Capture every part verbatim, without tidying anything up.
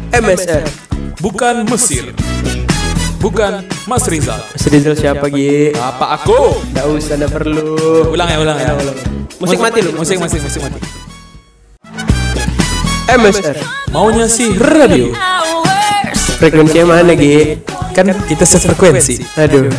M S R. Bukan Mesir. Bukan Mas Rizal. Mas Rizal siapa Gi? Apa aku? Nggak usah, nggak perlu. Ulang ya, ulang ya. Musik mati lu. Musik, musik, musik mati. M S R. Maunya sih radio. Frekuensinya mana Gi? Kan kita sefrekuensi. Aduh.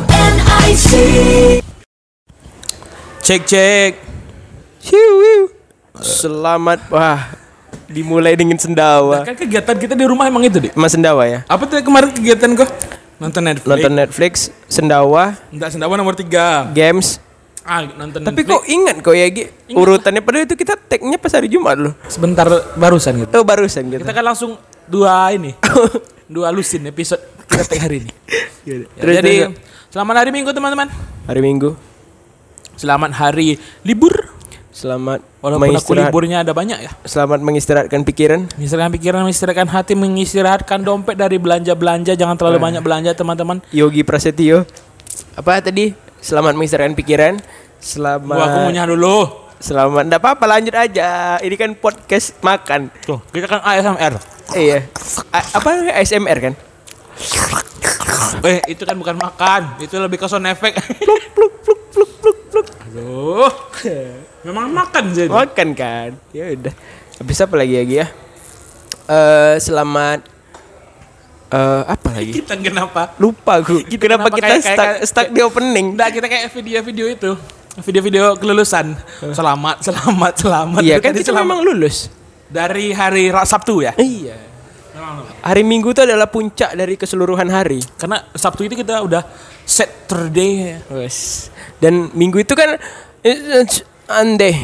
Cek cek. Hiu. Selamat. Wah, dimulai dengan sendawa. Kan kegiatan kita di rumah emang itu deh. Mas sendawa ya? Apa tuh kemarin kegiatan kok? Nonton Netflix. Nonton Netflix, sendawa, Enggak, sendawa nomor tiga. games. Ah, nonton Tapi Netflix. kok ingat kok ya Gi? Urutannya padahal itu kita tag-nya pas hari Jumat loh. Sebentar barusan gitu. Oh barusan gitu. Kita kan langsung dua ini. Dua lusin episode kita tag hari ini. Ya, Terus, jadi terus. selamat hari Minggu teman-teman. Hari Minggu. Selamat hari libur. Selamat Walaupun aku mengistirahat- liburnya ada banyak ya. Selamat mengistirahatkan pikiran. Mengistirahatkan pikiran, mengistirahatkan hati, mengistirahatkan dompet dari belanja-belanja. Jangan terlalu banyak belanja teman-teman. Yogi Prasetyo. Apa tadi? Selamat mengistirahatkan pikiran. Selamat. Gua aku ngunyah dulu. Selamat. Enggak apa-apa, lanjut aja. Ini kan podcast makan. Tuh, kita kan A S M R. Iya. A- apa A S M R kan? Eh, itu kan bukan makan. Itu lebih ke sound effect. Pluk pluk pluk pluk pluk pluk. Aduh. Memang makan jadi. Makan kan. Ya udah. Habis apa lagi ya Gi ya? Eh selamat eh apa lagi? Kita kenapa? Lupa gue. Kenapa, kenapa kita kayak- stuck, kayak- stuck di opening? Enggak, kita kayak video-video itu. Video-video kelulusan. Selamat, selamat, selamat. Iya Itu kan tadi kita selamat. memang lulus. Dari hari Ra- Sabtu ya? Iya. Hari Minggu itu adalah puncak dari keseluruhan hari. Karena Sabtu itu kita udah Saturday. Wes. Dan Minggu itu kan andeh.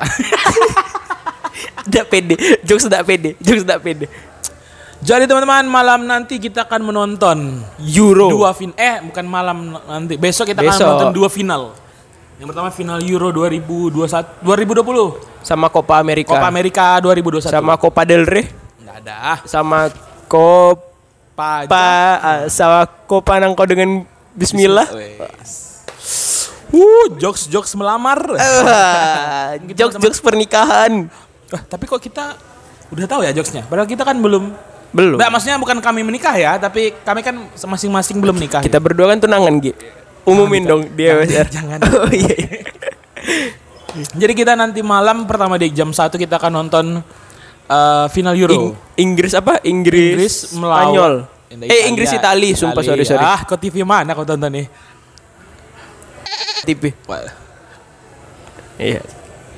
Tidak pede. Jokes tidak pede. Jokes tidak pede. Jadi teman-teman, malam nanti kita akan menonton Euro. dua fin eh bukan malam nanti. Besok kita Besok. akan menonton dua final. Yang pertama final Euro dua ribu dua puluh satu dua ribu dua puluh. Sama Copa America. Copa America dua ribu dua puluh satu. Sama Copa del Rey. Enggak ada. Sama Copa Paja. ah, sama Copa nang kau dengan Bismillah. Uh, jokes-jokes melamar. Ah, Jokes-jokes pernikahan. Ah, tapi kok kita udah tahu ya jokesnya? Padahal kita kan belum. Belum. Nggak, maksudnya bukan kami menikah ya, tapi kami kan masing-masing belum nikah. Kita berdua kan tunangan Gi. Umumin dong dia. Jangan, jangan. Oh iya. iya. Jadi kita nanti malam pertama di jam satu kita akan nonton uh, final Euro. Ing- Inggris apa? Inggris, Inggris melawan Spanyol. Italia. Eh Inggris Itali, sumpah sorry sorry. Ah, kok T V mana kau tonton nih? T V. Iya.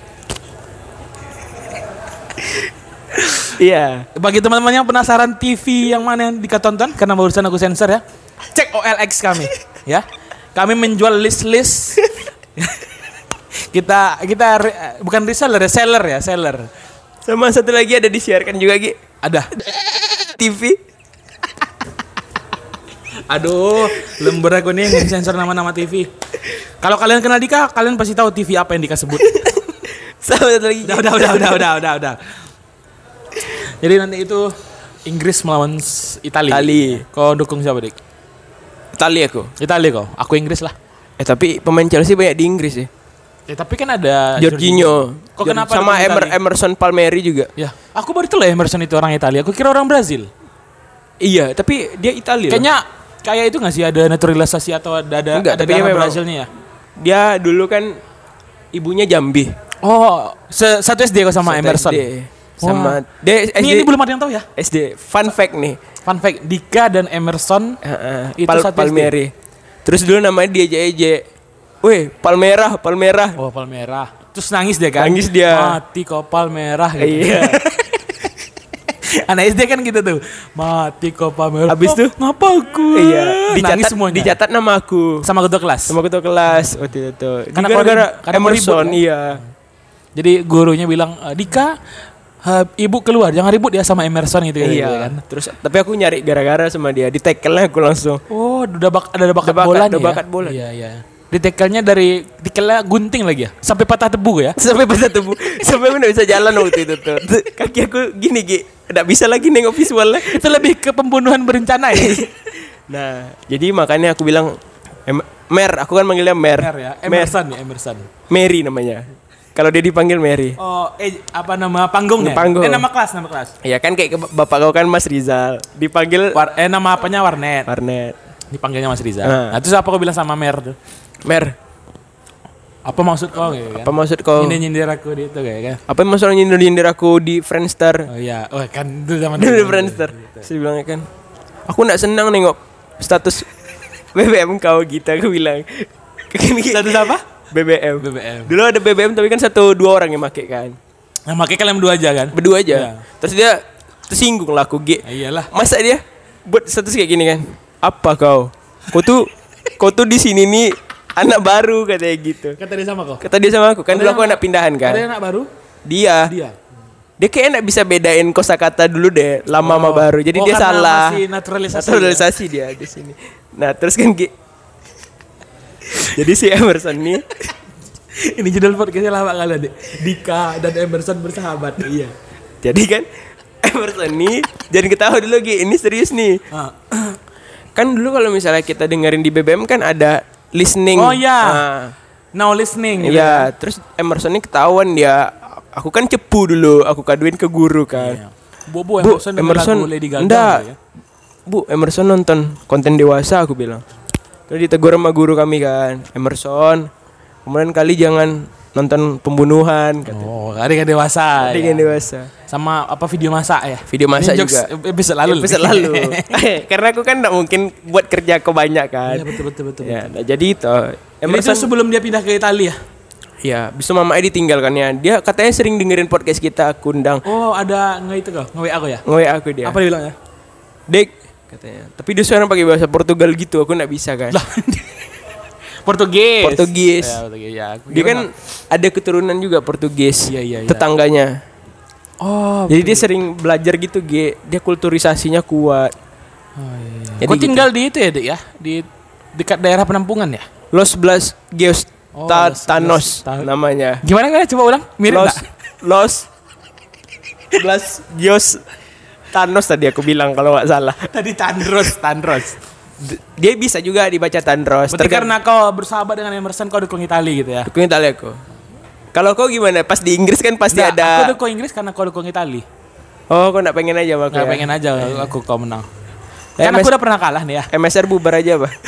Iya. Bagi teman-teman yang penasaran T V yang mana yang dika tonton, karena barusan aku sensor ya, cek O L X kami, ya. Kami menjual list-list. kita kita re- bukan reseller ya, seller ya, seller. Sama satu lagi ada disiarkan juga Gi. Ada. T V. Aduh, lembar aku nih yang sensor nama-nama T V. Kalau kalian kenal Dika, kalian pasti tahu T V apa yang Dika sebut. Sama satu lagi. Udah, udah, udah, udah, udah, udah, udah. Jadi nanti itu Inggris melawan s- Itali. Itali. Kau dukung siapa, Dik? Itali aku. Itali kau. Aku Inggris lah. Eh tapi pemain Chelsea banyak di Inggris ya. Ya, tapi kan ada Jorginho. Kok Jor- kenapa sama dukung Emer, Itali? Emerson Palmieri juga. Ya, aku baru tahu lah Emerson itu orang Italia. Aku kira orang Brazil. Iya, tapi dia Italia. Kayaknya kayak itu nggak sih ada naturalisasi atau ada ada, Enggak, ada tapi dia darah memang- Brazilnya ya? Dia dulu kan ibunya Jambi. Oh, se- satu S D kok sama Satu Emerson. S D. Sama dia S D. Ini, ini belum ada yang tahu ya. S D. Fun fact nih. Fun fact, Dika dan Emerson Uh, itu Pal- satu S D. Palmieri. Terus dulu namanya dia Eje. Weh, Palmerah, Palmerah. Oh, Palmerah. Terus nangis dia kan? Nangis dia. Mati kok Palmerah gitu. Iya. Anak S D kan gitu tuh. Mati kok Palmerah. Habis tuh? ngapa aku? Iya, Nangis dicatat semuanya. dicatat nama aku. Sama ketua kelas. Sama ketua kelas waktu itu. Karena gara-gara kau- karena kau Emerson, ribut, iya. Jadi gurunya bilang, "Eh, Dika, eh, ibu keluar, jangan ribut ya sama Emerson gitu, gitu Iya. kan." Terus tapi aku nyari gara-gara sama dia. Di tackle-nya aku langsung. Oh, udah bak ada bakat, Udah bakat- bola udah nih bakat ya. bola. Iya, iya. Di tackle-nya dari tackle-nya gunting lagi ya. Sampai patah tebu ya. Sampai pada tubuh. Sampai aku gak bisa jalan waktu itu tuh. Kaki aku gini Gi. Gak bisa lagi nengok visualnya. Itu lebih ke pembunuhan berencana ya. Nah, jadi makanya aku bilang em- Mer, aku kan manggilnya Mer. Mer ya. Mer. Emerson ya, Emerson. Mary namanya. Kalau dia dipanggil Mary. Oh, eh apa nama panggungnya? Panggung. Eh nama kelas, nama kelas. Ya kan kayak ke- bapak kau kan Mas Rizal. Dipanggil War, eh nama apanya Warnet. Warnet. Dipanggilnya Mas Rizal. Ah. Nah, terus apa kau bilang sama Mer tuh? Mer, Apa maksud kau gitu kan? apa maksud kau? Nyindir-nyindir aku di itu kayak kan? Apa maksud nyindir-nyindir aku di Friendster? Oh iya, oh kan itu zaman Di Friendster. Saya bilangnya kan, aku nggak senang nengok status B B M kau gitu. Aku bilang. Status apa? B B M. B B M. Dulu ada B B M tapi kan satu dua orang yang make kan. Nah, makanya kalian berdua aja kan? Berdua aja. Iya. Terus dia tersinggung lah aku G. Ah, iyalah. Masa dia buat status kayak gini kan? Apa kau? Kau tuh kau tuh di sini nih anak baru katanya gitu. Kata dia sama kau? Kata dia sama aku kan dulu aku anak pindahan kan. Ada anak baru? Dia. Dia. Dia kayak enak bisa bedain kosakata dulu deh, lama sama baru. Jadi Oh, dia karena salah. masih naturalisasi. Naturalisasi dia di sini. Nah, terus kan G. Jadi si Emerson nih Ini judul podcastnya lama kali deh. Dika dan Emerson bersahabat. Iya. jadi kan Emerson nih jangan ketawa dulu G, ini serius nih. Ah. Kan dulu kalau misalnya kita dengerin di B B M kan ada listening. Oh iya. Nah, Now listening. Gitu iya, terus Emerson ini ketahuan dia. Aku kan cepu dulu, aku kaduin ke guru kan. Iya. Bu, bu, Bu, Emerson, Emerson, lagu Lady Gaga enggak. ya. Bu, Emerson nonton konten dewasa aku bilang. Terus ditegur sama guru kami kan, Emerson, kemudian kali jangan nonton pembunuhan kata. Oh, adik yang dewasa. Adik ya. yang dewasa. Sama apa video masak ya? Video masak Ini jokes juga. Episode lalu. Episode lalu. Karena aku kan enggak mungkin buat kerja ke banyak kan. Iya betul betul betul. Ya, nah, jadi itu Jadi itu Emerson sebelum dia pindah ke Italia. ya, bisa mama Edi ditinggal kan ya. Dia katanya sering dengerin podcast kita, aku undang. Oh, ada nge itu kau, nge-W A aku ya? Nge-W A aku dia. Apa dia bilang ya? Dek katanya. Tapi dia sekarang pakai bahasa Portugal gitu, aku enggak bisa kan. Lah. Portugis. Portugis. Ya, Portugis ya. Aku Dia kira kan ada keturunan juga Portugis. Iya, iya, iya. Tetangganya. nggak- Oh. Jadi dia sering belajar gitu, G. Dia kulturisasinya kuat. Oh, iya. Jadi Kau gitu. tinggal di itu ya, Dek ya? Di dekat daerah penampungan ya? Los Blas Geos Oh, Ta- Los- Thanos Los- Ta- namanya. Gimana kan? Coba ulang. Mirip Los enggak? Los Blas Geos Thanos tadi aku bilang kalau nggak salah. Tadi Tandros, Tandros. D- Dia bisa juga dibaca Tandros. Berarti karena kau bersahabat dengan Emerson, kau dukung Itali gitu ya? dukung Italia aku. Kalau kau gimana? Pas di Inggris kan pasti Nggak, ada. Aku dukung Inggris karena kau dukung Itali. Oh, kau nggak pengen aja sama aku. Nggak ya? pengen aja aku kau menang. Eh, Kan Mas- aku udah pernah kalah nih ya. M S R bubar aja, Pak.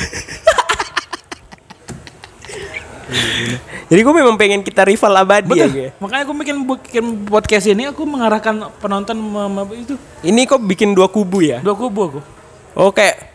Jadi gue memang pengen kita rival abadi ya, Betul. Ge. Makanya aku bikin bikin podcast ini, aku mengarahkan penonton me- me- itu Ini kok bikin dua kubu ya? dua kubu aku. Oh kayak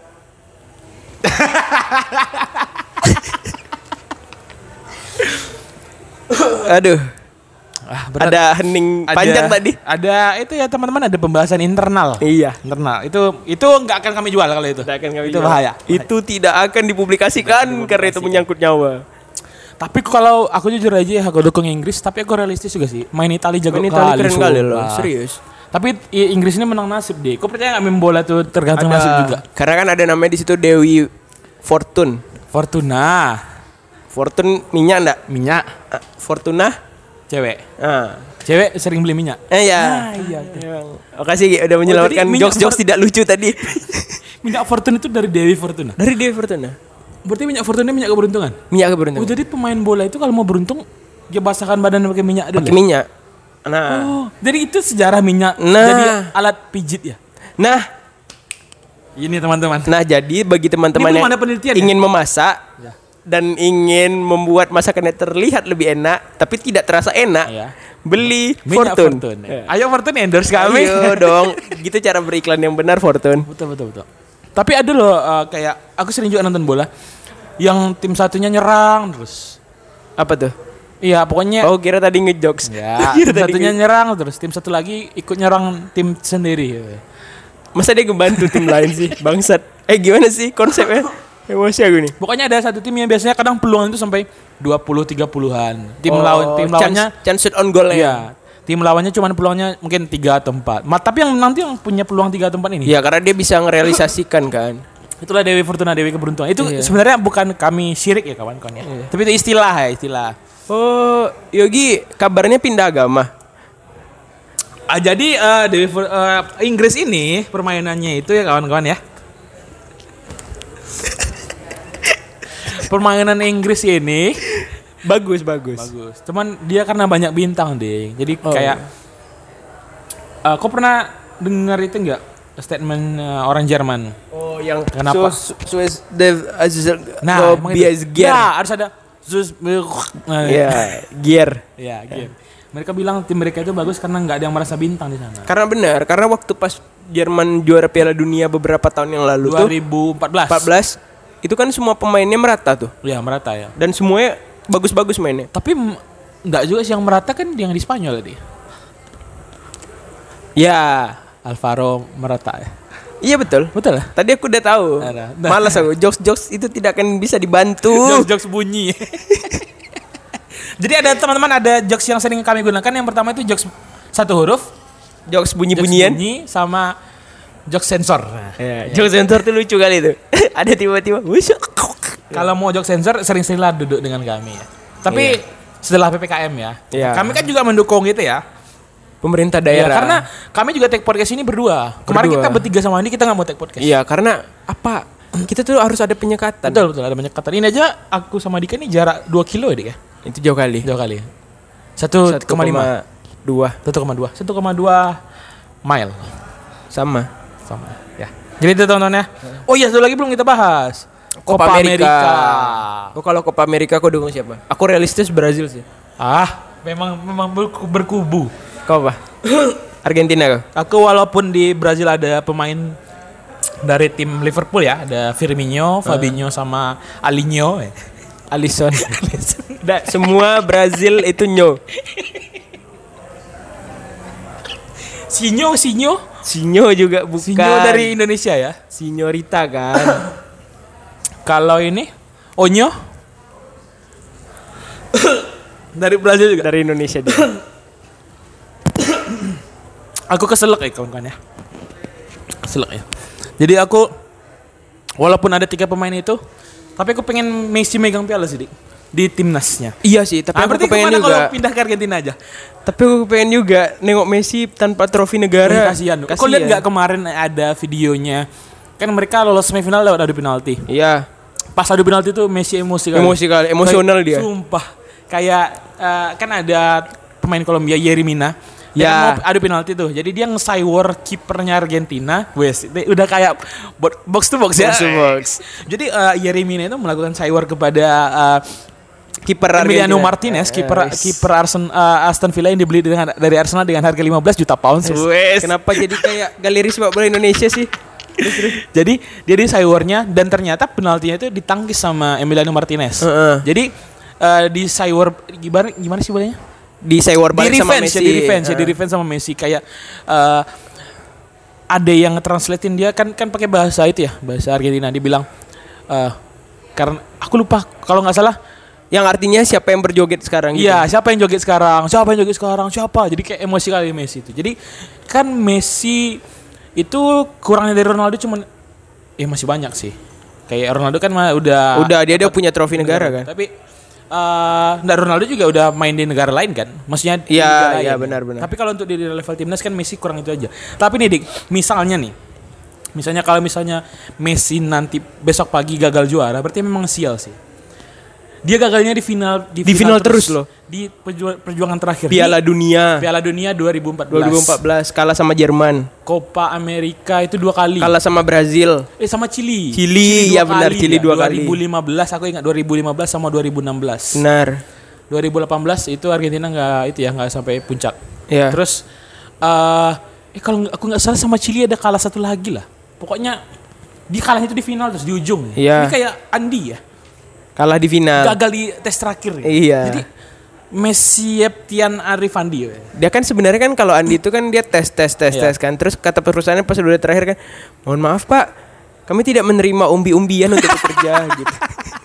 Aduh, Ah, ada hening panjang tadi. Ada itu ya teman-teman, ada pembahasan internal. Iya. Internal. Itu itu nggak akan kami jual kalau itu. Tidak akan kami itu jual. bahaya. Itu tidak akan dipublikasikan karena itu menyangkut nyawa. Tapi kalau aku jujur aja ya, aku dukung Inggris, tapi aku realistis juga sih. Main Italia jago Main Italia keren sumpah. kali loh, serius. Tapi i- Inggris ini menang nasib deh. Kau percaya nggak main bola tuh tergantung nasib juga? Karena kan ada namanya di situ Dewi Fortune. Fortuna, Fortune minyak enggak? minyak, Fortuna? cewek. Ah. Cewek sering beli minyak. Eh ya. Ah, iya. Makasih Gi, udah menyelamatkan jadi minyak jokes-jokes for- tidak lucu tadi. Minyak Fortuna itu dari Dewi Fortuna. Dari Dewi Fortuna. Berarti minyak Fortuna ini minyak keberuntungan. Minyak Oh, keberuntungan. jadi pemain bola itu kalau mau beruntung dia basahkan badan pakai minyak dulu. Pakai minyak. Nah. Oh, jadi itu sejarah minyak Nah. jadi alat pijit ya. Nah, Ini teman-teman. nah jadi bagi teman-teman Ini belum yang ada penelitian ya? ingin memasak Ya. dan ingin membuat masakannya terlihat lebih enak tapi tidak terasa enak, Iya. beli Minyak Fortune. Fortune. Ya. Ayo Fortune endorse kami. Ayo dong, gitu cara beriklan yang benar Fortune. Betul betul betul. Tapi ada loh uh, kayak aku sering juga nonton bola yang tim satunya nyerang terus. Apa tuh? Iya, pokoknya Oh kira tadi ngejokes. ya, Kira tim tadi satunya nge- nyerang terus tim satu lagi ikut nyerang tim sendiri. Masa dia ngebantu tim lain sih, bangsat. Eh gimana sih konsepnya? Emosi aku nih. Pokoknya ada satu tim yang biasanya kadang peluang itu sampai dua puluh tiga puluhan. Tim Oh, lawan tim chance- lawannya chance shoot on goal ya. iya. Tim lawannya cuma peluangnya mungkin tiga atau empat. Ma, tapi yang nanti yang punya peluang tiga atau empat ini. Iya, karena dia bisa ngerealisasikan kan. Itulah Dewi Fortuna, Dewi keberuntungan. Itu Iya. sebenarnya bukan kami syirik ya kawan-kawan ya. Tapi itu istilah ya, istilah. Oh, Yogi, kabarnya pindah agama. Ah, jadi eh, Dewi For- eh, Inggris ini permainannya itu ya kawan-kawan ya. Permainan Inggris ini bagus bagus. Bagus. Cuman dia karena banyak bintang deh. Jadi Oh. kayak uh, kau pernah dengar itu enggak statement uh, orang Jerman? Oh, yang Kenapa? So, so, so the Nah, oh, emang bias itu. gear. Nah, harus ada sus nah, Iya, gear. ya, gear. Mereka bilang tim mereka itu bagus karena nggak ada yang merasa bintang di sana. Karena benar, karena waktu pas Jerman juara Piala Dunia beberapa tahun yang lalu dua tuh ribu empat belas. empat belas itu kan semua pemainnya merata tuh Ya, merata ya. dan semuanya bagus-bagus mainnya. Tapi m- nggak juga sih yang merata kan yang di Spanyol tadi. Ya, Alvaro merata ya. iya betul. Betul lah. Tadi aku udah tahu. Ada. Malas aku. Jokes-jokes itu tidak akan bisa dibantu. Jokes-jokes bunyi. Jadi ada teman-teman ada jokes yang sering kami gunakan. Yang pertama itu jokes satu huruf, Jokes jokes bunyi-bunyian. bunyi sama jokes sensor. Nah, Ya, jokes sensor tuh lucu kali itu. Ada tiba-tiba. Wush. kalau mau jokes sensor sering-seringlah duduk dengan kami ya. Tapi setelah P P K M ya. Iya. Kami kan juga mendukung gitu ya. Pemerintah Ya, daerah. karena kami juga take podcast ini berdua. Kemarin Berdua. kita bertiga sama Andi kita nggak mau take podcast. Iya, karena apa? Kita tuh harus ada penyekatan. Betul betul ada banyak kata. Ini aja aku sama Dika ini jarak dua kilo ya Dik ya. Itu jauh kali. Jauh kali. Satu koma lima. dua Satu koma dua. Satu koma dua mile. sama. Sama ya. Jadi itu teman-teman ya. Oh iya satu lagi belum kita bahas. Copa America. Oh, kalau Copa America kau dukung siapa? Aku realistis Brazil sih. Ah, memang memang berku- berkubu. Kau apa? Argentina kau? Aku walaupun di Brazil ada pemain dari tim Liverpool ya, ada Firmino, Fabinho sama Alinho. Alisson. Da, semua Brazil itu nyo. Sinyo, Sinyo, Sinyo juga bukan. Sinyo dari Indonesia ya. Sinyorita kan. Kalau ini Onyo dari Brazil juga. Dari Indonesia dia. Aku keselak ya kawan-kawan ya. Keselak ya. Jadi aku walaupun ada tiga pemain itu, tapi aku pengen Messi megang piala sih Dik, di timnasnya. Iya sih, tapi Ah, aku berarti pengen kemana juga. kalau pindah ke Argentina aja? Tapi aku pengen juga nengok Messi tanpa trofi negara. Kasihan. Kau lihat nggak kemarin ada videonya? Kan mereka lolos semifinal lewat adu penalti. Iya. Pas adu penalti tuh Messi emosi kali. Emosi kali, emosional dia. Sumpah. Kayak eh, kan ada pemain Kolombia Yerry Mina. Dia Ya. kan mau adu penalti tuh. Jadi dia nge-cyber kipernya Argentina. Wes, itu udah kayak bo- box to box ya. Box to box. Jadi eh, Yerry Mina itu melakukan cyber kepada eh, Kiper Emiliano Argentina. Martinez, Eh, kiper wes. kiper Arsenal eh, Aston Villa yang dibeli dengan dari Arsenal dengan harga lima belas juta pounds. Wes. Kenapa jadi kayak galeri sepak bola Indonesia sih? Jadi dia di cybernya dan ternyata penaltinya itu ditangkis sama Emiliano Martinez. Heeh. Jadi eh, di cyber gimana gimana sih bolehnya? Di Sewar Di balik sama revenge Messi. ya, di revenge ya, di Heeh. revenge sama Messi kayak eh, ada yang nge-translatein dia kan kan pakai bahasa itu ya, bahasa Argentina. Dia bilang eh, karena aku lupa kalau nggak salah. Yang artinya siapa yang berjoget sekarang gitu. Iya, siapa yang joget sekarang? Siapa yang joget sekarang? Siapa? Jadi kayak emosi kali Messi itu. Jadi kan Messi itu kurangnya dari Ronaldo cuman ya masih banyak sih. Kayak Ronaldo kan mah udah Udah dia dia punya trofi negara kan. Tapi eh nah Ronaldo juga udah main di negara lain kan. Maksudnya di Iya, liga lain. iya, benar-benar. Tapi kalau untuk di level timnas kan Messi kurang itu aja. Tapi nih Dik, misalnya nih. Misalnya kalau misalnya Messi nanti besok pagi gagal juara, berarti memang sial sih. Dia gagalnya di final Di final terus loh. Di perju- perjuangan terakhir. Piala Di Dunia Piala Dunia dua ribu empat belas. dua ribu empat belas kalah sama Jerman, Copa America itu dua kali. kalah sama Brazil. Eh sama Chili. Chili, dua ya benar, kali Chili dua dua kali. ribu lima belas aku ingat dua ribu lima belas sama dua ribu enam belas. Benar. dua ribu delapan belas itu Argentina nggak itu ya nggak sampai puncak. Ya. Terus eh eh kalau nggak- aku nggak salah sama Chili ada kalah satu lagi lah. Pokoknya dia kalah itu di final terus di ujung. Iya. Ini kayak Andi ya. Kalah di final. Gagal di tes terakhir. Ya. Iya. Jadi Messi Eptian Arifandi. Ya. Dia kan sebenarnya kan kalau Andi itu kan dia tes tes tes Iya. tes kan. Terus kata perusahaannya pas udah terakhir kan, mohon maaf Pak, kami tidak menerima umbi-umbian untuk bekerja gitu.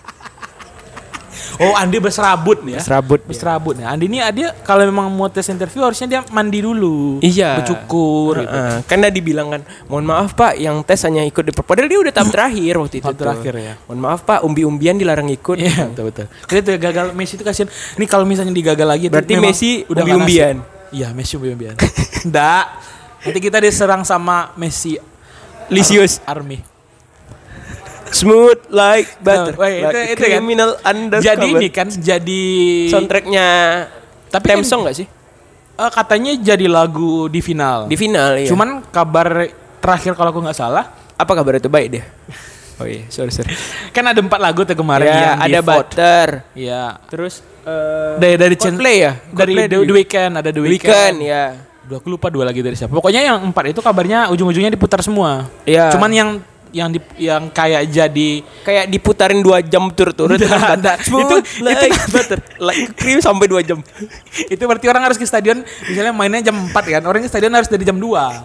Oh Andi berserabut nih ya. Serabut. dia. Berserabut nih. Andi ini dia kalau memang mau tes interview harusnya dia mandi dulu. Iya. Bercukur. Gitu. Heeh. Karena dibilang kan, mohon maaf Pak, yang tes hanya ikut di padahal dia udah tahap terakhir waktu itu. Tahap tuh. terakhir ya. Mohon maaf Pak, umbi-umbian dilarang ikut. Iya betul betul. Jadi tuh gagal Messi itu kasihan. Ini kalau misalnya digagal lagi itu Berarti memang Messi udah nggak umbi-umbian. nasib. Iya Messi umbi-umbian. Nggak. Nanti kita diserang sama Messi Lisius. Army. Smooth like butter. Nah, wait, like itu- a itu kan. criminal undercover. Jadi ini kan jadi soundtracknya tapi theme kan- song gak sih? eh, katanya jadi lagu di final. Di final ya. Cuman kabar terakhir kalau aku nggak salah, apa kabar itu baik deh? Oh iya, sorry sorry. kan ada empat lagu tuh kemarin Ya, yang di ada vote. butter. Iya. Terus eh, Dari dari Chen- Coldplay ya? Dari Coldplay The, di- The Weeknd ada The Weeknd. Weekend ya. Dua aku lupa dua lagi dari siapa. Pokoknya yang empat itu kabarnya ujung-ujungnya diputar semua. Iya. Cuman yang yang di, yang kayak jadi Kayak diputarin dua jam turut-turut. Nggak, nggak. Smooth Itu- like itu- butter. Like cream sampai dua jam. itu berarti orang harus ke stadion misalnya mainnya jam empat kan. Orang ke stadion harus dari jam dua.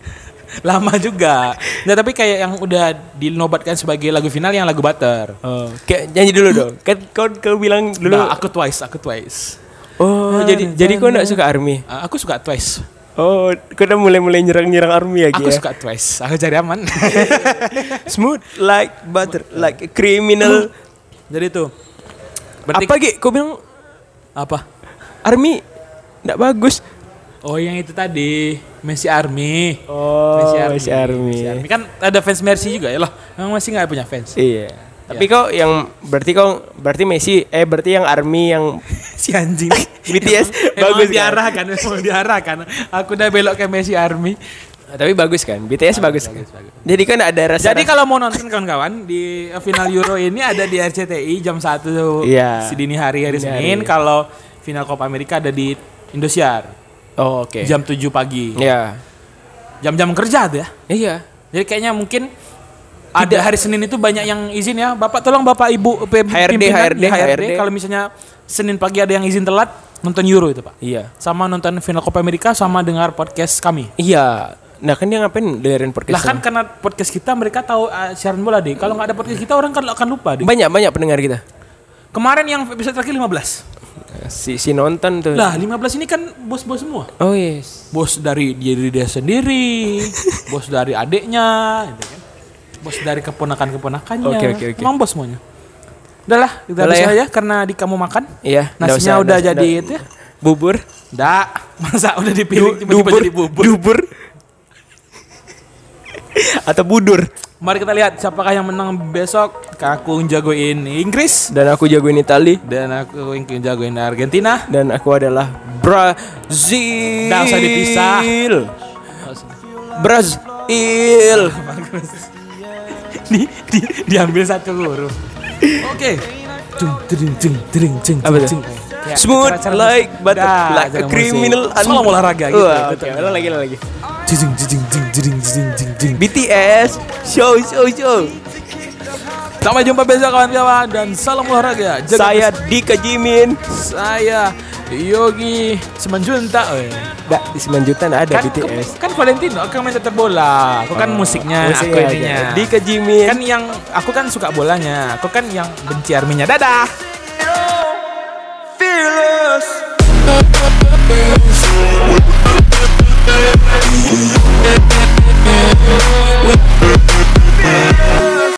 Lama juga. Nah, tapi kayak yang udah dinobatkan sebagai lagu final yang lagu Butter. Oh, kayak nyanyi dulu dong. Kan kau kau bilang dulu. Nah, aku Twice, aku Twice. Oh, jadi jadi kau enggak suka ARMY? Ah, aku suka Twice. Oh, kau udah mulai-mulai nyerang-nyerang ARMY lagi Aku ya. suka Twice. Aku cari aman. Smooth like butter, like a criminal. Jadi tuh. Berarti Apa Gi? Kau bilang apa? ARMY enggak bagus. Oh, yang itu tadi Messi Army. Oh, Messi Messi ARMY. Messi Army. Kan ada fans Messi juga ya loh. Emang Messi nggak punya fans. Iya. Tapi kau yang berarti kau berarti Messi eh berarti yang ARMY yang Si anjing. B T S Emang bagus kan? diarahkan, emang diarahkan. Aku udah belok ke Messi Army. Tapi bagus kan? B T S bagus, kan? Jadi kan ada rasa. Jadi kalau mau nonton kawan-kawan di final Euro ini ada di R C T I jam satu Iya. si dini hari hari Dini Senin. hari. Kalau final Copa America ada di Indosiar Oh, oke. jam tujuh pagi. Iya. Jam-jam kerja tuh ya. Iya. Jadi kayaknya mungkin ada hari Senin itu banyak yang izin ya. Bapak tolong Bapak Ibu P- H R D, pimpinan H R D, di H R D, H R D. kalau misalnya Senin pagi ada yang izin telat nonton Euro itu, Pak. Iya. Sama nonton final Copa America sama dengar podcast kami. Iya. Nah, kan dia ngapain dengerin podcast? Lah kan karena podcast kita mereka tahu uh, siaran bola deh. Kalau nggak ada podcast kita orang kan akan lupa deh. banyak-banyak pendengar kita. Kemarin yang episode terakhir lima belas. Si si nonton tuh. Lah lima belas ini kan bos-bos semua. Oh yes. Bos dari diri dia sendiri, bos dari adiknya, gitu kan. Bos dari keponakan-keponakannya. Oke, oke, oke. Emang bos semuanya. Udahlah, kita Udah habis ya. aja karena di kamu makan. Iya. nggak Nasinya usah, udah nggak- jadi nggak- itu ya. Bubur. Nggak, masa udah dipilih tiba-tiba Dubur. jadi bubur. Dubur. Atau budur. Mari kita lihat siapakah yang menang besok. Aku jagoin Inggris Dan aku jagoin Itali. dan aku yang jagoin Argentina. Dan aku adalah Brazil. Nggak usah dipisah. Brazil. di, di, diambil satu huruf. Oke. Cung jering jeng jering jeng Apa tuh? jeng. Ya, Smooth acara-acara like musik. butter, Dah, like a acara musik. criminal. Salam olahraga gitu. Wah, Betul. oke, ulang lagi, ulang lagi. Jeng jeng jeng jeng jeng jeng jeng. B T S, show, show, show. Sampai jumpa besok kawan-kawan dan salam olahraga. Jaga Saya Dika Jimin. saya Yogi Semanjunta. Oh, ya. Nggak, di sembilan juta nggak ada Kan, B T S. kan Valentino, aku main tetap bola. Aku kan musiknya, aku Musiknya ininya. aja. Dika Jimin. Kan yang aku kan suka bolanya, aku kan yang benci arminya. Dadah.